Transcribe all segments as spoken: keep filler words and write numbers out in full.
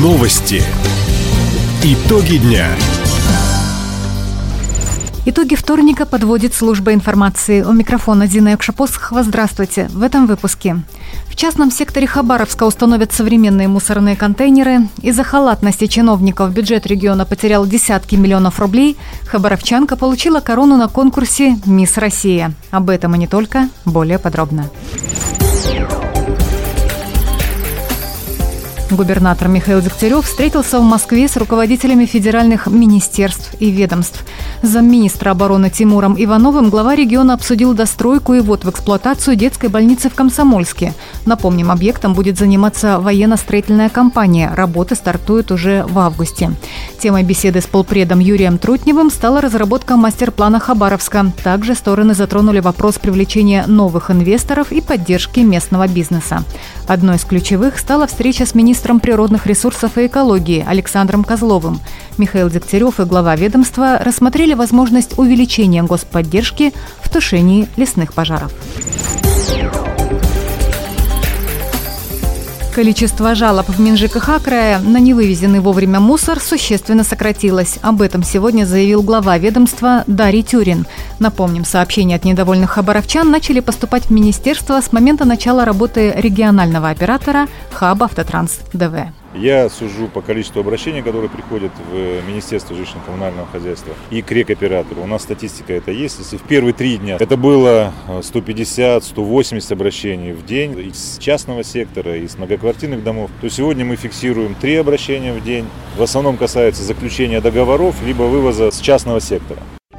Новости. Итоги дня. Итоги вторника подводит служба информации. У микрофона Дина Якшапосхова. Здравствуйте. В этом выпуске. В частном секторе Хабаровска установят современные мусорные контейнеры. Из-за халатности чиновников бюджет региона потерял десятки миллионов рублей. Хабаровчанка получила корону на конкурсе «Мисс Россия». Об этом и не только. Более подробно. Губернатор Михаил Дегтярев встретился в Москве с руководителями федеральных министерств и ведомств. С замминистра обороны Тимуром Ивановым глава региона обсудил достройку и ввод в эксплуатацию детской больницы в Комсомольске. Напомним, объектом будет заниматься военно-строительная компания. Работы стартуют уже в августе. Темой беседы с полпредом Юрием Трутневым стала разработка мастер-плана Хабаровска. Также стороны затронули вопрос привлечения новых инвесторов и поддержки местного бизнеса. Одной из ключевых стала встреча с министром природных ресурсов и экологии Александром Козловым. Михаил Дегтярев и глава ведомства рассмотрели возможность увеличения господдержки в тушении лесных пожаров. Количество жалоб в МинЖКХ края на невывезенный вовремя мусор существенно сократилось. Об этом сегодня заявил глава ведомства Дарий Тюрин. Напомним, сообщения от недовольных хабаровчан начали поступать в министерство с момента начала работы регионального оператора «Хаб Автотранс ДВ». Я сужу по количеству обращений, которые приходят в Министерство жилищно-коммунального хозяйства и к рекоператору. У нас статистика это есть. Если в первые три дня это было сто пятьдесят - сто восемьдесят обращений в день из частного сектора, из многоквартирных домов, то сегодня мы фиксируем три обращения в день. В основном касается заключения договоров либо вывоза с частного сектора.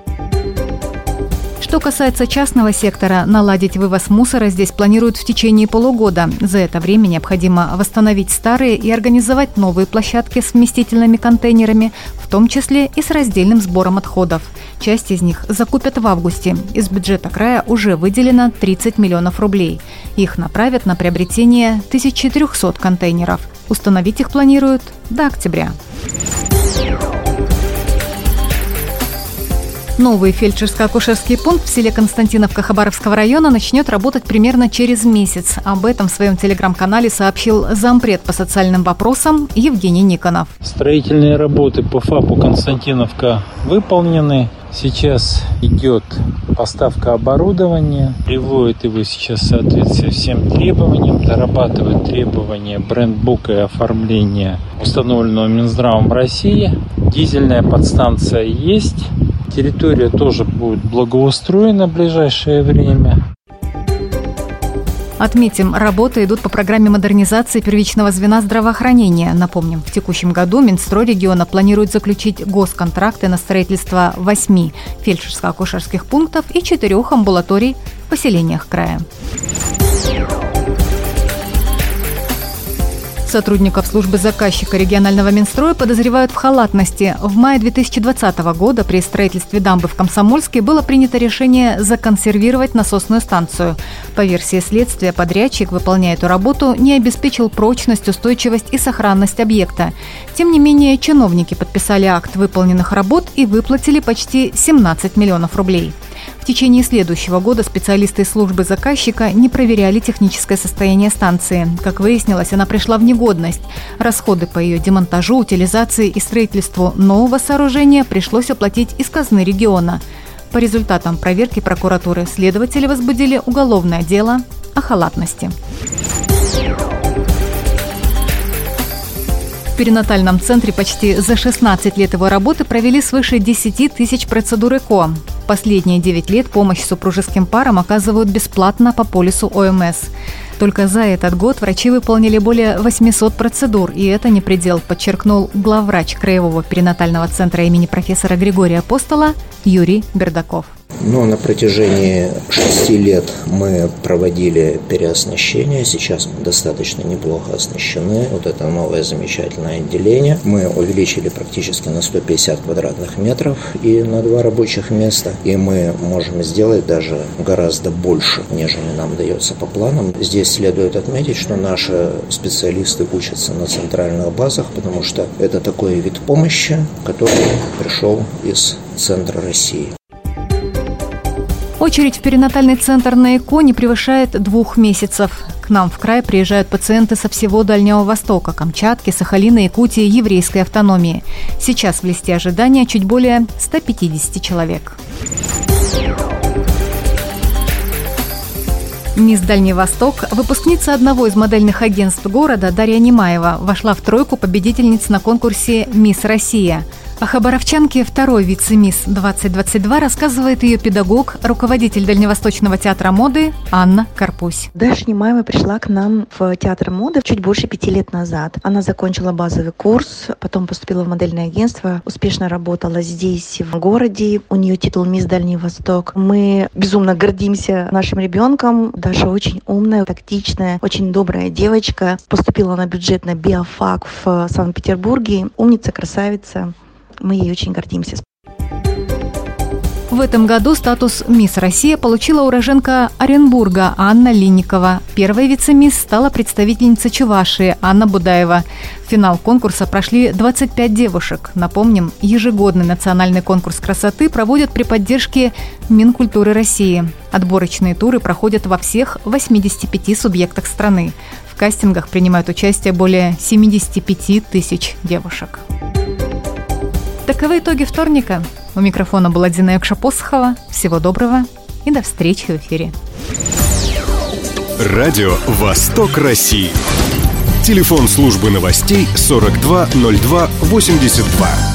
Что касается частного сектора, наладить вывоз мусора здесь планируют в течение полугода. За это время необходимо восстановить старые и организовать новые площадки с вместительными контейнерами, в том числе и с раздельным сбором отходов. Часть из них закупят в августе. Из бюджета края уже выделено тридцать миллионов рублей. Их направят на приобретение тысячи трехсот контейнеров. Установить их планируют до октября. Новый фельдшерско-акушерский пункт в селе Константиновка Хабаровского района начнет работать примерно через месяц. Об этом в своем телеграм-канале сообщил зампред по социальным вопросам Евгений Никонов. Строительные работы по ФАПу Константиновка выполнены. Сейчас идет поставка оборудования, приводит его сейчас в соответствие всем требованиям, дорабатывает требования брендбука и оформления, установленного Минздравом России. Дизельная подстанция есть. Территория тоже будет благоустроена в ближайшее время. Отметим, работы идут по программе модернизации первичного звена здравоохранения. Напомним, в текущем году Минстрой региона планирует заключить госконтракты на строительство восьми фельдшерско-акушерских пунктов и четырех амбулаторий в поселениях края. Сотрудников службы заказчика регионального Минстроя подозревают в халатности. В мае две тысячи двадцатого года при строительстве дамбы в Комсомольске было принято решение законсервировать насосную станцию. По версии следствия, подрядчик, выполняя эту работу, не обеспечил прочность, устойчивость и сохранность объекта. Тем не менее, чиновники подписали акт выполненных работ и выплатили почти семнадцать миллионов рублей. В течение следующего года специалисты службы заказчика не проверяли техническое состояние станции. Как выяснилось, она пришла в негодность. Расходы по ее демонтажу, утилизации и строительству нового сооружения пришлось оплатить из казны региона. По результатам проверки прокуратуры следователи возбудили уголовное дело о халатности. В перинатальном центре почти за шестнадцать лет его работы провели свыше десяти тысяч процедур ЭКО. Последние девять лет помощь супружеским парам оказывают бесплатно по полису О Эм Эс. Только за этот год врачи выполнили более восьмисот процедур, и это не предел, подчеркнул главврач Краевого перинатального центра имени профессора Григория Апостола Юрий Бердаков. Но на протяжении шести лет мы проводили переоснащение. Сейчас мы достаточно неплохо оснащены. Вот это новое замечательное отделение. Мы увеличили практически на сто пятьдесят квадратных метров и на два рабочих места. И мы можем сделать даже гораздо больше, нежели нам дается по планам. Здесь следует отметить, что наши специалисты учатся на центральных базах, потому что это такой вид помощи, который пришел из центра России. Очередь в перинатальный центр на ЭКО не превышает двух месяцев. К нам в край приезжают пациенты со всего Дальнего Востока, Камчатки, Сахалина, Якутии, еврейской автономии. Сейчас в листе ожидания чуть более ста пятидесяти человек. Мисс Дальний Восток, выпускница одного из модельных агентств города Дарья Немаева, вошла в тройку победительниц на конкурсе «Мисс Россия». О хабаровчанке второй вице-мисс двадцать двадцать два рассказывает ее педагог, руководитель Дальневосточного театра моды Анна Карпусь. Даша Немаева пришла к нам в театр моды чуть больше пяти лет назад. Она закончила базовый курс, потом поступила в модельное агентство, успешно работала здесь, в городе. У нее титул «Мисс Дальний Восток». Мы безумно гордимся нашим ребенком. Даша очень умная, тактичная, очень добрая девочка. Поступила на бюджетный биофак в Санкт-Петербурге. Умница, красавица. Мы ей очень гордимся. В этом году статус «Мисс Россия» получила уроженка Оренбурга Анна Линникова. Первой вице-мисс стала представительница Чувашии Анна Будаева. В финал конкурса прошли двадцать пять девушек. Напомним, ежегодный национальный конкурс красоты проводят при поддержке Минкультуры России. Отборочные туры проходят во всех восьмидесяти пяти субъектах страны. В кастингах принимают участие более семидесяти пяти тысяч девушек. Таковы итоги вторника. У микрофона была Дина Якша-Посохова. Всего доброго и до встречи в эфире. Радио «Восток России». Телефон службы новостей сорок два ноль два восемьдесят два.